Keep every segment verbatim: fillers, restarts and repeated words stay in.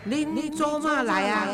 恁做嘛来啊？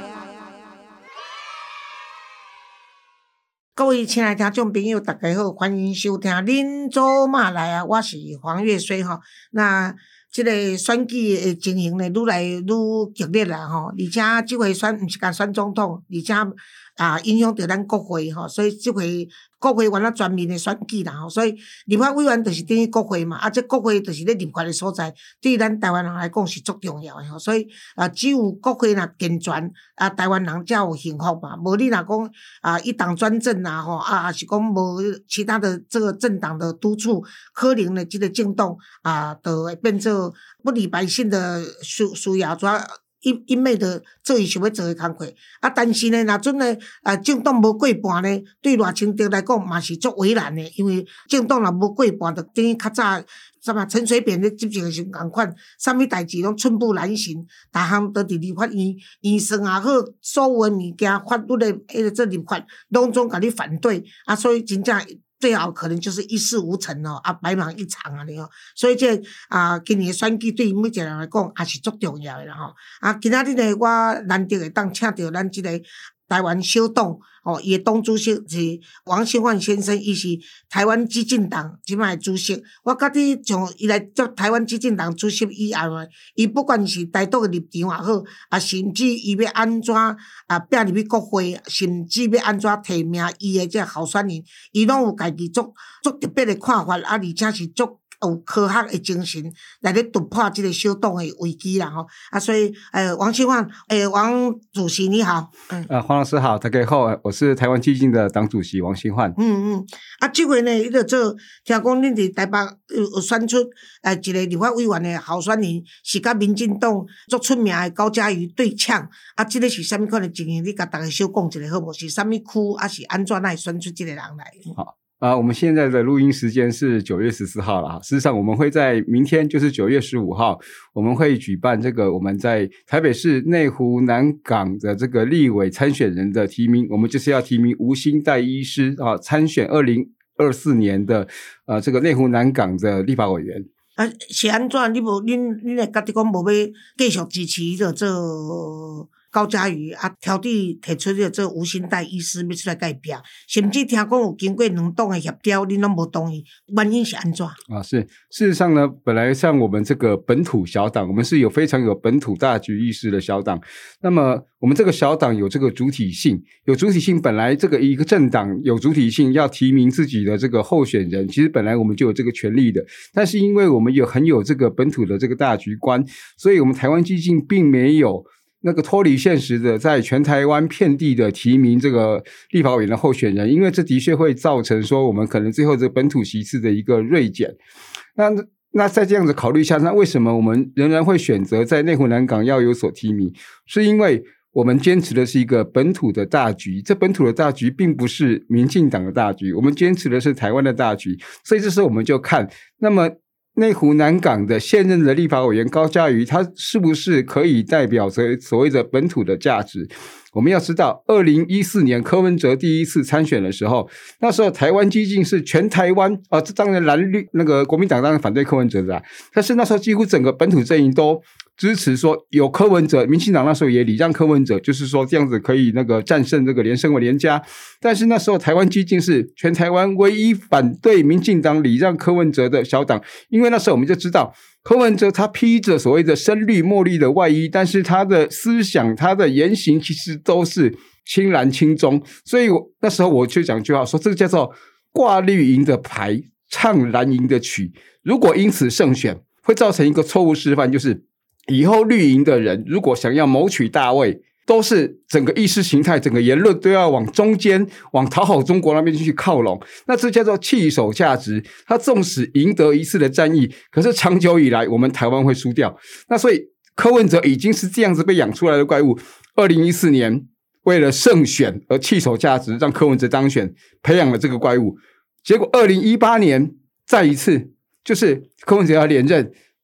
各位亲爱的听众朋友，大家好，欢迎收听《恁做嘛来啊》，我是黄月水吼。那这个选举的情形呢，愈来愈激烈啦吼，而且这回选毋是甲选总统，而且啊影响到咱国会吼，所以这回国会原来全面的选举啦吼，所以立法委员就是等于国会嘛，啊，这国会就是咧立法的所在，对咱台湾人来讲是足重要的吼，所以啊，只有国会若健全，啊，台湾人才有幸福嘛，无你若讲啊一党专政啊吼，啊，还是讲无其他的这个政党的督促，可能呢，这个政党啊，就会变做不理百姓的需需要，主要。一一昧的做伊想要做的工课，啊，但是呢，若阵呢，啊，政党无过半呢，对赖清德来讲嘛是足为难的，因为政党若无过半，就等于较早什么陈水扁咧执政时共款，啥物代志拢寸步难行，逐项都伫立法院院算也好，所有的物件法律的迄个这立法，拢总甲你反对，啊，所以真正。最好可能就是一事无成哦，啊，白忙一场啊，你哦，所以这啊，今年的选举对于每一个人来讲也是足重要的啦吼。啊，今仔日呢，我难得会当请到咱这个台湾小党哦，伊的党主席是王新焕先生，伊是台湾基进党即摆主席。我觉得从伊来做台湾基进党主席以后呢，伊不管是台党的立场也好，啊，甚至伊要安怎啊，拼入去国会，甚至要安怎提名伊的这个候选人，伊拢有家己足足特别的看法，啊，而且是足。有科学的精神来咧突破这个小党的危机啦吼，啊，所以呃，王新焕，诶、呃，王主席你好， 嗯，呃，黄老师好，大家好，我是台湾基进的党主席王新焕。 嗯嗯，啊，这回呢，伊就做，听讲恁伫台北有选出呃一个立法委员的候选人，是甲民进党足出名的高嘉瑜对呛，啊，这个是啥物款的情形？你甲大家小讲一下好无？是啥物区，啊是安怎来选出这个人来？ 好。啊、呃，我们现在的录音时间是九月十四号了。事实上，我们会在明天，就是九月十五号，我们会举办这个我们在台北市内湖南港的这个立委参选人的提名，我们就是要提名吴欣岱医师啊参选二零二四年的呃这个内湖南港的立法委员。 啊，是安怎？你无恁恁会觉得讲无要继续支持伊就做高嘉瑜啊？挑剔提出了这吴欣岱医师要出来改变，甚至听讲有经过两党的协调，恁拢无同意，原因是安怎？ 啊，是事实上呢，本来像我们这个本土小党，我们是有非常有本土大局意识的小党。那么我们这个小党有这个主体性，有主体性，本来这个一个政党有主体性，要提名自己的这个候选人，其实本来我们就有这个权利的。但是因为我们有很有这个本土的这个大局观，所以我们台湾基进并没有那个脱离现实的在全台湾遍地的提名这个立法委员的候选人，因为这的确会造成说我们可能最后这个本土席次的一个锐减。那那在这样子考虑下，那为什么我们仍然会选择在内湖南港要有所提名？是因为我们坚持的是一个本土的大局，这本土的大局并不是民进党的大局，我们坚持的是台湾的大局。所以这时候我们就看，那么内湖南港的现任的立法委员高嘉瑜，他是不是可以代表着所谓的本土的价值？我们要知道二零一四年柯文哲第一次参选的时候，那时候台湾基进是全台湾啊，这当然蓝绿那个国民党当然反对柯文哲的啦，但是那时候几乎整个本土阵营都支持说有柯文哲，民进党那时候也礼让柯文哲，就是说这样子可以那个战胜这个连胜为连家。但是那时候台湾基进是全台湾唯一反对民进党礼让柯文哲的小党，因为那时候我们就知道柯文哲他披着所谓的深绿墨绿的外衣，但是他的思想他的言行其实都是青蓝青中，所以我那时候我就讲一句话说，这个叫做挂绿营的牌唱蓝营的曲，如果因此胜选会造成一个错误示范，就是以后绿营的人如果想要谋取大位，都是整个意识形态整个言论都要往中间往讨好中国那边去靠拢，那这叫做弃守价值。他纵使赢得一次的战役，可是长久以来我们台湾会输掉。那所以柯文哲已经是这样子被养出来的怪物，二零一四年为了胜选而弃守价值，让柯文哲当选，培养了这个怪物。结果二零一八年再一次就是柯文哲要连任，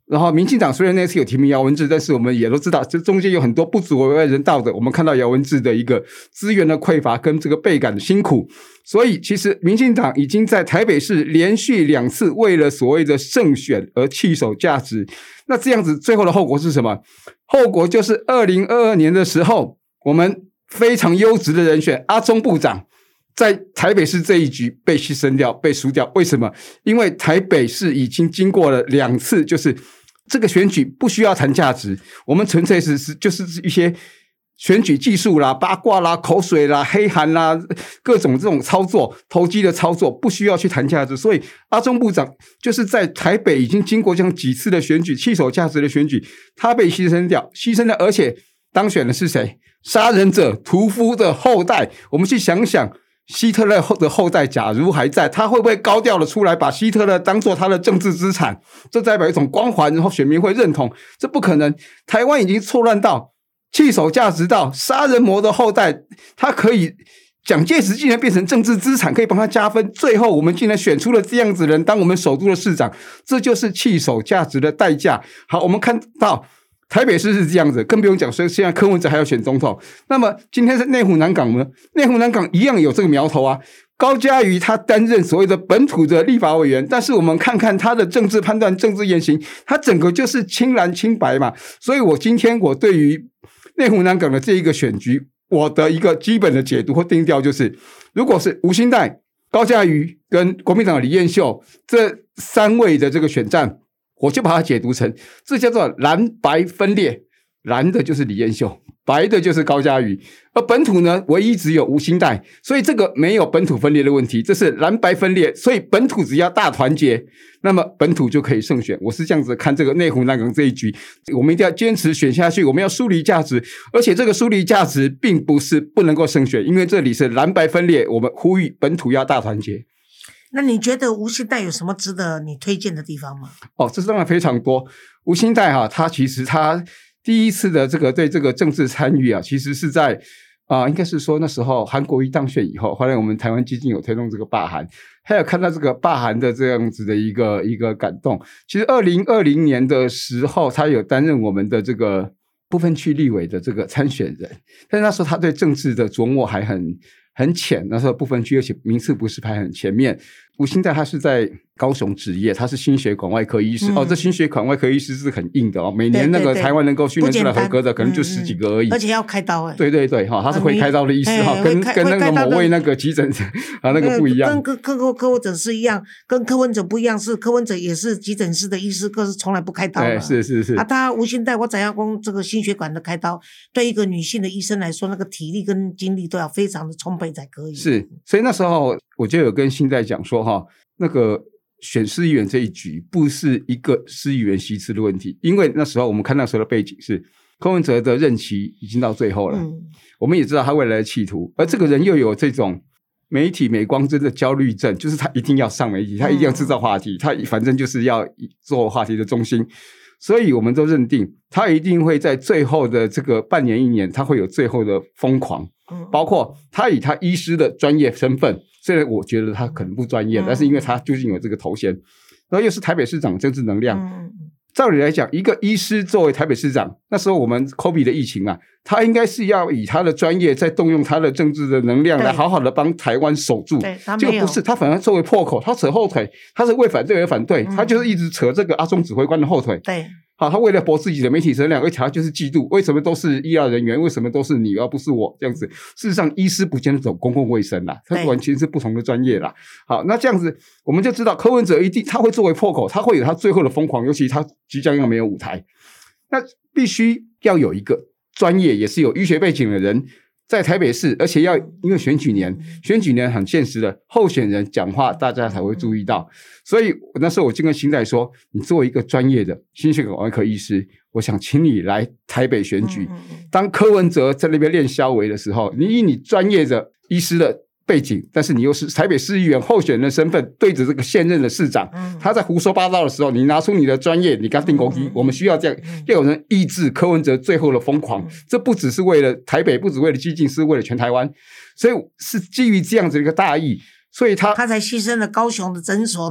然后民进党虽然那次有提名姚文智，但是我们也都知道这中间有很多不足为外人道的，我们看到姚文智的一个资源的匮乏跟这个倍感的辛苦，所以其实民进党已经在台北市连续两次为了所谓的胜选而弃守价值。那这样子最后的后果是什么？后果就是二零二二年的时候，我们非常优质的人选阿中部长在台北市这一局被牺牲掉，被输掉。为什么？因为台北市已经经过了两次，就是这个选举不需要谈价值，我们纯粹是是就是一些选举技术啦、八卦啦、口水啦、黑函啦，各种这种操作、投机的操作，不需要去谈价值。所以阿中部长就是在台北已经经过这样几次的选举，弃守价值的选举，他被牺牲掉，牺牲掉，而且当选的是谁？杀人者屠夫的后代。我们去想想，希特勒的后代假如还在，他会不会高调的出来把希特勒当作他的政治资产？这代表一种光环，然后选民会认同。这不可能。台湾已经错乱到弃守价值到杀人魔的后代，他可以蒋介石竟然变成政治资产，可以帮他加分。最后我们竟然选出了这样子的人当我们首都的市长，这就是弃守价值的代价。好，我们看到台北市是这样子，更不用讲，所以现在柯文哲还要选总统。那么今天是内湖南港呢？内湖南港一样有这个苗头啊。高嘉瑜他担任所谓的本土的立法委员，但是我们看看他的政治判断、政治言行，他整个就是清蓝清白嘛。所以我今天我对于内湖南港的这一个选举，我的一个基本的解读或定调就是，如果是吴欣岱、高嘉瑜跟国民党的李彦秀这三位的这个选战，我就把它解读成这叫做蓝白分裂，蓝的就是李彦秀，白的就是高嘉瑜，而本土呢唯一只有吴欣岱，所以这个没有本土分裂的问题，这是蓝白分裂，所以本土只要大团结，那么本土就可以胜选。我是这样子看这个内湖南港这一局，我们一定要坚持选下去，我们要树立价值，而且这个树立价值并不是不能够胜选，因为这里是蓝白分裂，我们呼吁本土要大团结。 那你觉得吴欣岱有什么值得你推荐的地方吗？ 哦，这当然非常多。吴欣岱哈，他其实他第一次的这个对这个政治参与啊，其实是在啊、呃，应该是说那时候韩国瑜当选以后，后来我们台湾基金有推动这个罢韩，还有看到这个罢韩的这样子的一个一个感动。其实二零二零年的时候，他有担任我们的这个不分区立委的这个参选人，但是那时候他对政治的琢磨还很很浅，那时候不分区，而且名次不是排很前面。吴欣岱他是在高雄执业，他是心血管外科医师、嗯、哦，这心血管外科医师是很硬的哦，每年那个台湾能够训练出来合格的可能就十几个而已， 而且要开刀哎， 对对对哈、哦，他是会开刀的医师哈、哦，跟跟那个某位那个急诊啊那个不一样， 跟柯柯柯文哲是一样，跟柯文哲不一样，是柯文哲也是急诊室的医师，可是从来不开刀的， 是是是啊，他吴欣岱我怎样讲这个心血管的开刀，对一个女性的医生来说，那个体力跟精力都要非常的充沛才可以， 是，所以那时候我就有跟欣岱讲说哈。那个选市议员这一局不是一个市议员席次的问题，因为那时候我们看那时候的背景是柯文哲的任期已经到最后了、嗯、我们也知道他未来的企图，而这个人又有这种媒体镁光灯的焦虑症，就是他一定要上媒体，他一定要制造话题、嗯、他反正就是要做话题的中心，所以我们都认定他一定会在最后的这个半年一年他会有最后的疯狂，包括他以他医师的专业身份，虽然我觉得他可能不专业、嗯、但是因为他究竟有这个头衔，然后又是台北市长政治能量、嗯、照理来讲一个医师作为台北市长，那时候我们 COVID 的疫情啊，他应该是要以他的专业再动用他的政治的能量来好好的帮台湾守住，结果不是，他反而作为破口，他扯后腿，他是为反对而反对、嗯、他就是一直扯这个阿中指挥官的后腿，对，好，他为了博自己的媒体声量，而且他就是嫉妒，为什么都是医疗人员，为什么都是你而不是我这样子？事实上，医师不见得走公共卫生啦，他完全是不同的专业啦。好，那这样子我们就知道柯文哲一定他会作为破口，他会有他最后的疯狂，尤其他即将要没有舞台，那必须要有一个专业也是有医学背景的人在台北市，而且要因为选举年，选举年很现实的，候选人讲话大家才会注意到，所以那时候我就跟欣岱说，你作为一个专业的心血管外科医师，我想请你来台北选举，当柯文哲在那边练肖维的时候，你以你专业的医师的背景，但是你又是台北市议员候选人的身份，对着这个现任的市长、嗯、他在胡说八道的时候，你拿出你的专业，你跟他定勾机、嗯、我们需要这样、嗯、要有人抑制柯文哲最后的疯狂、嗯、这不只是为了台北，不只为了基进，是为了全台湾，所以是基于这样子一个大义，所以他他才牺牲了高雄的诊所，跑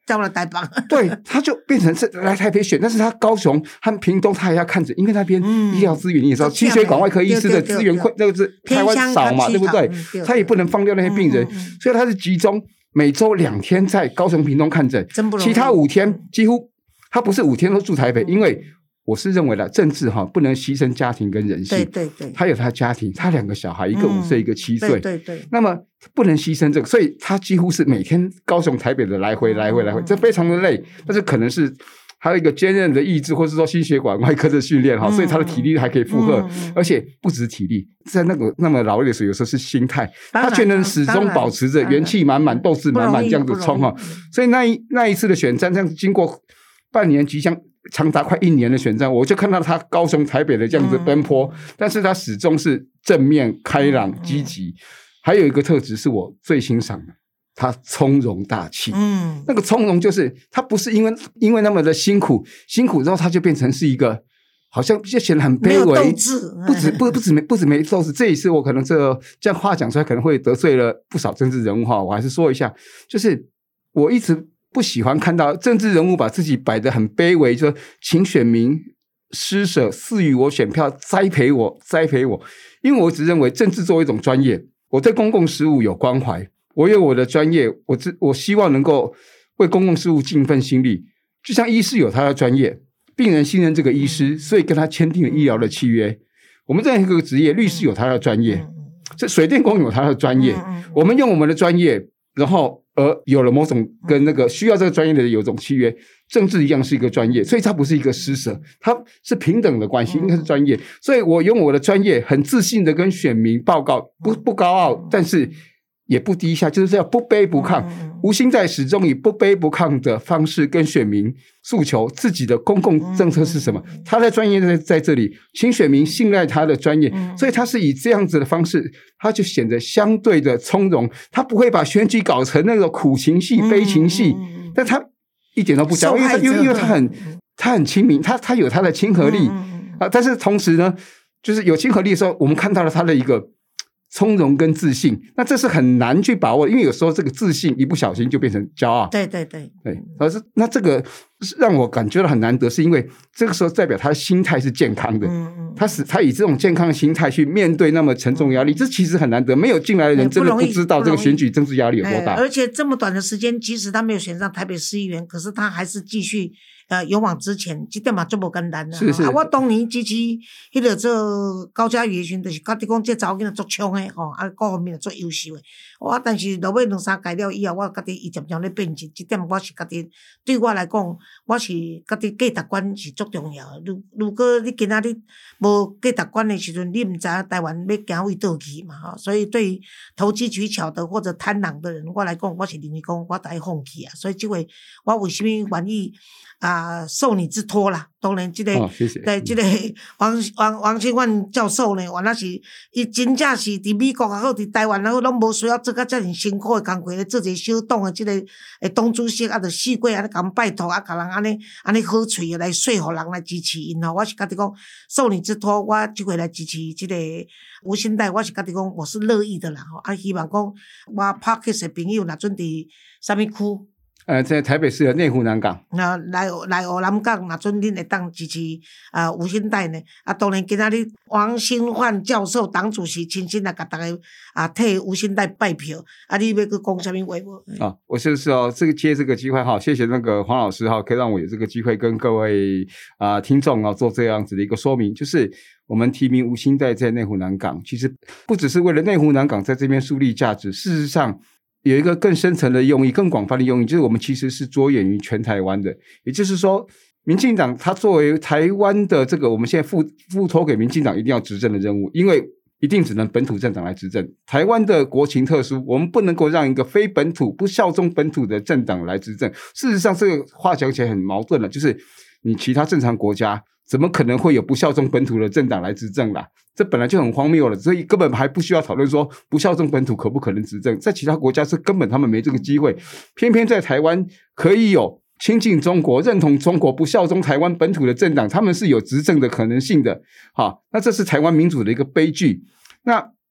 叫了台北， 对，他就变成是来台北选，但是他高雄和屏东他也要看着，因为那边医疗资源你也知道，心血管外科医师的资源困，那个是台湾少嘛，对不对？他也不能放掉那些病人，所以他是集中每周两天在高雄屏东看诊，其他五天几乎他不是五天都住台北，因为我是认为了政治哈不能牺牲家庭跟人性， 对对对， 他有他家庭，他两个小孩，一个五岁，一个七岁， 对对， 那么不能牺牲这个，所以他几乎是每天高雄台北的来回来回来回，这非常的累，但是可能是还有一个坚韧的意志，或是说心血管外科的训练哈，所以他的体力还可以负荷，而且不止体力，在那个那么劳累的时候，有时候是心态，他却能始终保持着元气满满、斗志满满这样子冲哈，所以那一那一次的选战，这样经过半年即将长达快一年的选战，我就看到他高雄台北的这样子奔波，嗯、但是他始终是正面开朗积极、嗯、还有一个特质是我最欣赏的，他从容大气，嗯，那个从容就是他不是因为因为那么的辛苦辛苦之后他就变成是一个好像就显得很卑微，不止不不止没不止没斗志，这一次我可能这这样话讲出来可能会得罪了不少政治人物哈，我还是说一下，就是我一直不喜欢看到政治人物把自己摆得很卑微，就请选民施舍赐予我选票，栽培我栽培我，因为我只认为政治作为一种专业，我对公共事务有关怀，我有我的专业，我只我希望能够为公共事务尽一份心力，就像医师有他的专业，病人信任这个医师，所以跟他签订了医疗的契约，我们这样一个职业，律师有他的专业，这水电工有他的专业，我们用我们的专业，然后而有了某种跟那个需要这个专业的人有种契约，政治一样是一个专业，所以它不是一个施舍，它是平等的关系，应该是专业，所以我用我的专业很自信的跟选民报告，不不高傲，但是也不低下，就是这样不卑不亢，吴欣岱始终以不卑不亢的方式跟选民诉求自己的公共政策是什么，他的专业在在这里，请选民信赖他的专业，所以他是以这样子的方式，他就显得相对的从容，他不会把选举搞成那种苦情戏悲情戏，但他一点都不骄傲，因为因为因为他很他很亲民，他他有他的亲和力啊，但是同时呢就是有亲和力的时候，我们看到了他的一个从容跟自信，那这是很难去把握，因为有时候这个自信一不小心就变成骄傲。 对对对对，而是那这个让我感觉到很难得，是因为这个时候代表他的心态是健康的，嗯嗯，他是他以这种健康的心态去面对那么沉重压力，这其实很难得，没有进来的人真的不知道这个选举政治压力有多大。 而且这么短的时间，即使他没有选上台北市议员，可是他还是继续呃勇往直前，这点嘛就不简单了。 是是啊，我当年支持迄个做高嘉瑜的时候，就是觉得讲这查某囡仔足冲的吼，啊各方面足优秀的。我但是落尾两三届了以后，我觉得伊渐渐咧变质，这点我是觉得对我来讲，我是觉得价值观是足重要的。如如果你今仔日无价值观的时阵，你毋知台湾要行为倒去嘛吼。所以对于投机取巧的或者贪婪的人，我来讲，我是认为讲我得放弃啊。所以这回我为什么愿意啊、呃、受你之托啦？当然，这个、 哦、谢谢对这个王王王清焕教授呢，原来是伊真正是伫美国也好，伫台湾也好，拢无需要做甲遮尔辛苦的工课咧，做一个小党的这个诶党主席，啊，就四过安尼甲拜托，啊，甲人安尼安尼好喙的来说服人来支持因吼。我是觉得讲受你之托，我这回来支持这个吴欣岱，我是觉得讲我是乐意的啦吼。啊，希望讲我 Podcast 的朋友若准伫啥物区？ 呃，在台北市的内湖南港， 那来来湖南港，若准恁会当支持啊吴欣岱呢？啊，当然今仔日王新焕教授党主席亲身来甲大家啊替吴欣岱拜票，啊，你要去讲啥物话无？ 啊，我就是哦，这个借这个机会哈，谢谢那个黄老师哈，可以让我有这个机会跟各位啊、呃、听众啊做这样子的一个说明，就是我们提名吴欣岱在内湖南港，其实不只是为了内湖南港在这边树立价值，事实上有一个更深层的用意，更广泛的用意，就是我们其实是着眼于全台湾的，也就是说民进党它作为台湾的这个我们现在付付托给民进党一定要执政的任务，因为一定只能本土政党来执政，台湾的国情特殊，我们不能够让一个非本土不效忠本土的政党来执政。事实上这个话讲起来很矛盾了，就是你其他正常国家怎么可能会有不效忠本土的政党来执政啦？这本来就很荒谬了，所以根本还不需要讨论说不效忠本土可不可能执政，在其他国家是根本他们没这个机会，偏偏在台湾可以有亲近中国、认同中国、不效忠台湾本土的政党，他们是有执政的可能性的。好，那这是台湾民主的一个悲剧。那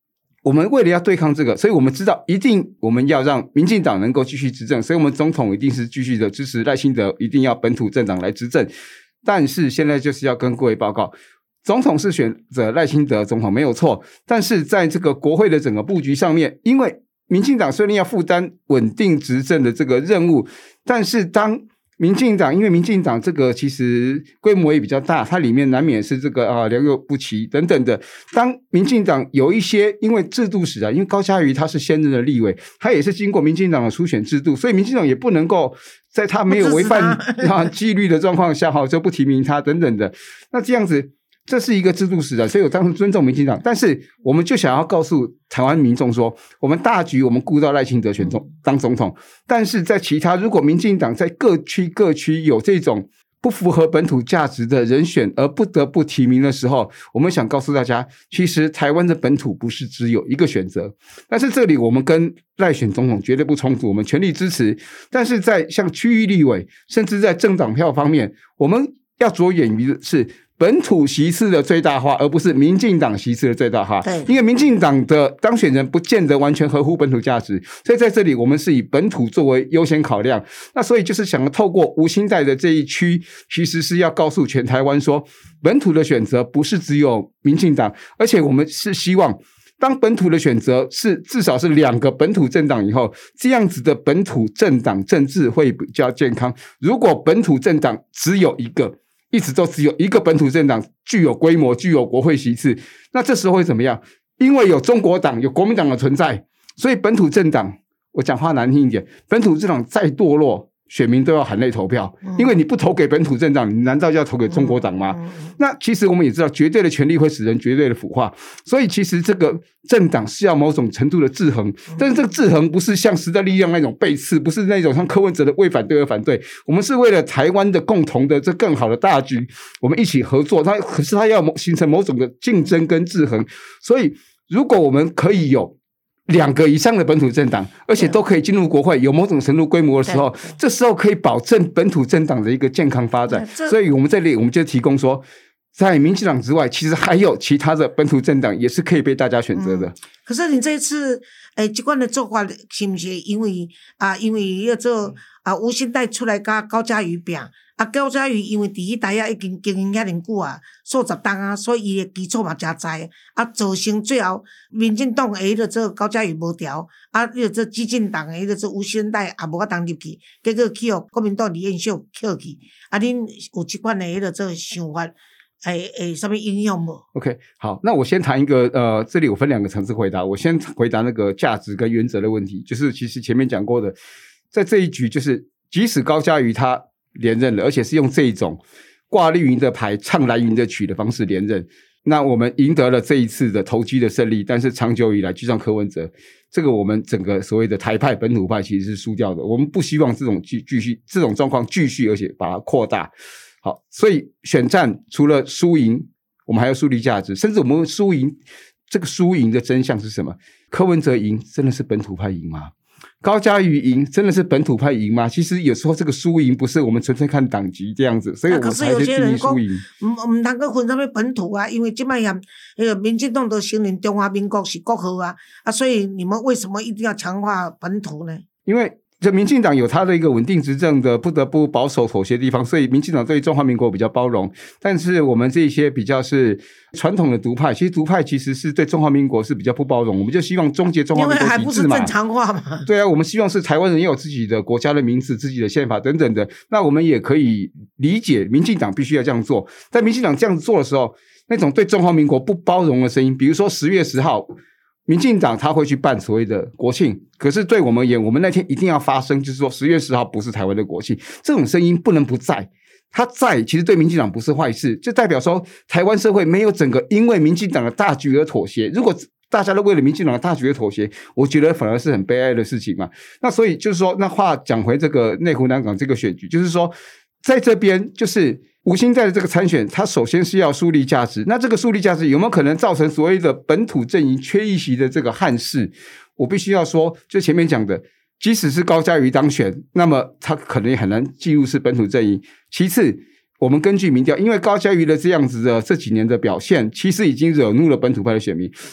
我们为了要对抗这个，所以我们知道一定我们要让民进党能够继续执政，所以我们总统一定是继续的支持赖清德，一定要本土政党来执政。但是现在就是要跟各位报告，总统是选择赖清德总统没有错，但是在这个国会的整个布局上面，因为民进党虽然要负担稳定执政的这个任务，但是当民进党因为民进党这个其实规模也比较大，它里面难免是这个啊良莠不齐等等的。当民进党有一些因为制度使然，因为高嘉瑜他是现任的立委，他也是经过民进党的初选制度，所以民进党也不能够在他没有违反啊纪律的状况下哈就不提名他等等的。那这样子。这是一个制度使然，所以我当然尊重民进党，但是我们就想要告诉台湾民众说，我们大局我们顾到赖清德选总当总统，但是在其他如果民进党在各区各区有这种不符合本土价值的人选而不得不提名的时候，我们想告诉大家，其实台湾的本土不是只有一个选择，但是这里我们跟赖选总统绝对不冲突，我们全力支持，但是在像区域立委甚至在政党票方面，我们要着眼于的是本土席次的最大化，而不是民进党席次的最大化。因为民进党的当选人不见得完全合乎本土价值，所以在这里我们是以本土作为优先考量。那所以就是想透过吴欣岱的这一区，其实是要告诉全台湾说，本土的选择不是只有民进党，而且我们是希望当本土的选择是至少是两个本土政党以后，这样子的本土政党政治会比较健康。如果本土政党只有一个，一直都只有一个本土政党具有规模具有国会席次，那这时候会怎么样？因为有中国党有国民党的存在，所以本土政党，我讲话难听一点，本土政党再堕落，选民都要含泪投票，因为你不投给本土政党，你难道就要投给中国党吗？那其实我们也知道，绝对的权力会使人绝对的腐化，所以其实这个政党是要某种程度的制衡，但是这个制衡不是像时代力量那种背刺，不是那种像柯文哲的为反对而反对，我们是为了台湾的共同的这更好的大局，我们一起合作，它可是它要形成某种的竞争跟制衡，所以如果我们可以有两个以上的本土政党，而且都可以进入国会，有某种程度规模的时候，这时候可以保证本土政党的一个健康发展。所以我们这里我们就提供说，在民进党之外，其实还有其他的本土政党也是可以被大家选择的。嗯、 可是你这一次，诶，这款的做法是不是因为啊，因为要做啊吴欣岱出来跟高嘉瑜拼？啊，高嘉瑜因为伫迄台啊已经经营遐尼久啊，数十档啊，所以伊的基础嘛诚知啊，造成最后民进党的迄个做高嘉瑜无调，啊，迄个做基进党的迄个做吴欣岱也无法当入去，结果去互国民党李彦秀扣去，啊，恁有即款的迄个做想法，诶诶，什么影响无 ？OK， 好，那我先谈一个呃，这里我分两个层次回答，我先回答那个价值跟原则的问题，就是其实前面讲过的，在这一局就是即使高嘉瑜他连任了，而且是用这一种挂绿营的牌唱蓝营的曲的方式连任，那我们赢得了这一次的投机的胜利，但是长久以来就像柯文哲，这个我们整个所谓的台派本土派其实是输掉的，我们不希望这种继继续这种状况继续，而且把它扩大。好，所以选战除了输赢，我们还要树立价值，甚至我们输赢，这个输赢的真相是什么？柯文哲赢真的是本土派赢吗？高嘉瑜赢真的是本土派赢吗？其实有时候这个输赢不是我们纯粹看党籍这样子，所以我们才是定义输赢。 唔唔通去分什么本土啊？因为现在呀，那个民进党都承认中华民国是国号啊，啊，所以你们为什么一定要强化本土呢？ 因为这民进党有他的一个稳定执政的不得不保守妥协的地方，所以民进党对中华民国比较包容，但是我们这些比较是传统的独派，其实独派其实是对中华民国是比较不包容，我们就希望终结中华民国体制嘛，因为还不是正常化嘛。对啊，我们希望是台湾人也有自己的国家的名字、自己的宪法等等的，那我们也可以理解民进党必须要这样做，但民进党这样子做的时候，那种对中华民国不包容的声音，比如说十月十号民进党他会去办所谓的国庆，可是对我们而言，我们那天一定要发声，就是说十月十号不是台湾的国庆，这种声音不能不在。他在其实对民进党不是坏事，就代表说台湾社会没有整个因为民进党的大局而妥协。如果大家都为了民进党的大局而妥协，我觉得反而是很悲哀的事情嘛。那所以就是说，那话讲回这个内湖南港这个选举，就是说在这边就是吴欣岱的这个参选，他首先是要树立价值，那这个树立价值有没有可能造成所谓的本土阵营缺一席的这个憾事？我必须要说，就前面讲的，即使是高嘉瑜当选，那么他可能也很难记录是本土阵营。其次，我们根据民调，因为高嘉瑜的这样子的这几年的表现，其实已经惹怒了本土派的选民。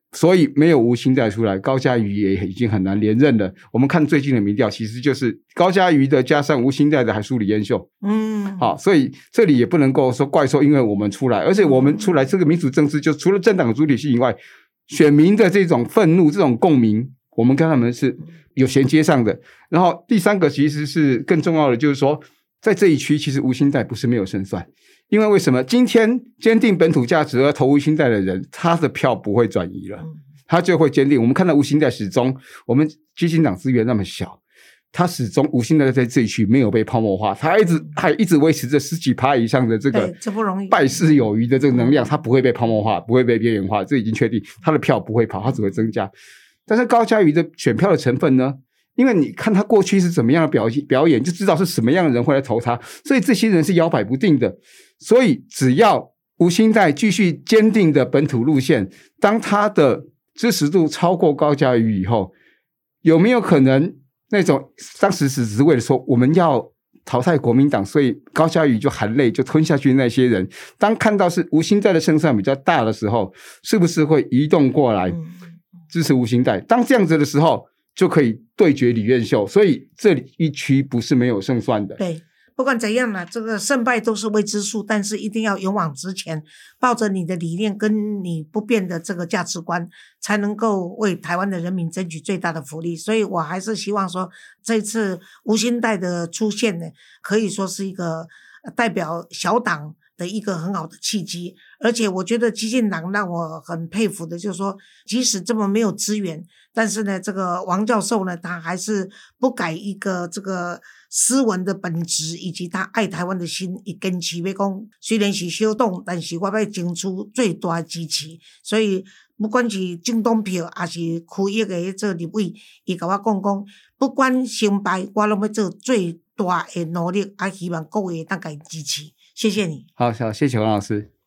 所以没有吴欣岱出来，高嘉瑜也已经很难连任了。我们看最近的民调，其实就是高嘉瑜的加上吴欣岱的还输李彦秀。嗯，好，所以这里也不能够说怪说因为我们出来，而且我们出来这个民主政治，就除了政党主体性以外，选民的这种愤怒、这种共鸣，我们跟他们是有衔接上的。然后第三个其实是更重要的，就是说在这一区，其实吴欣岱不是没有胜算。因为为什么今天坚定本土价值而投吴欣岱的人，他的票不会转移了，他就会坚定。我们看到吴欣岱始终，我们基进党资源那么小，他始终吴欣岱在这一区没有被泡沫化，他一直还一直维持着十几趴以上的这个败事有余的这个能量，他不会被泡沫化，不会被边缘化，这已经确定，他的票不会跑，他只会增加。但是高嘉瑜的选票的成分呢？因为你看他过去是怎么样的表表演，就知道是什么样的人会来投他，所以这些人是摇摆不定的。所以只要吴欣岱继续坚定的本土路线，当他的支持度超过高嘉瑜以后，有没有可能那种当时只是为了说我们要淘汰国民党，所以高嘉瑜就含泪就吞下去那些人，当看到是吴欣岱的胜算比较大的时候，是不是会移动过来支持吴欣岱？当这样子的时候就可以对决李彦秀，所以这里一区不是没有胜算的。 对，不管怎样呢，这个胜败都是未知数，但是一定要勇往直前，抱着你的理念跟你不变的这个价值观，才能够为台湾的人民争取最大的福利。所以我还是希望说，这次吴欣岱的出现呢，可以说是一个代表小党的一个很好的契机。而且我觉得基进党让我很佩服的就是说，即使这么没有资源，但是呢这个王教授呢，他还是不改一个这个斯文的本质以及他爱台湾的心，一根持要讲虽然是小党，但是我要争取最大的支持。所以不管是政党票还是区域的做立委，他跟我讲讲不管胜败，我都要做最大的努力，啊希望各位能够支持。谢谢你。 好，好，谢谢王老师。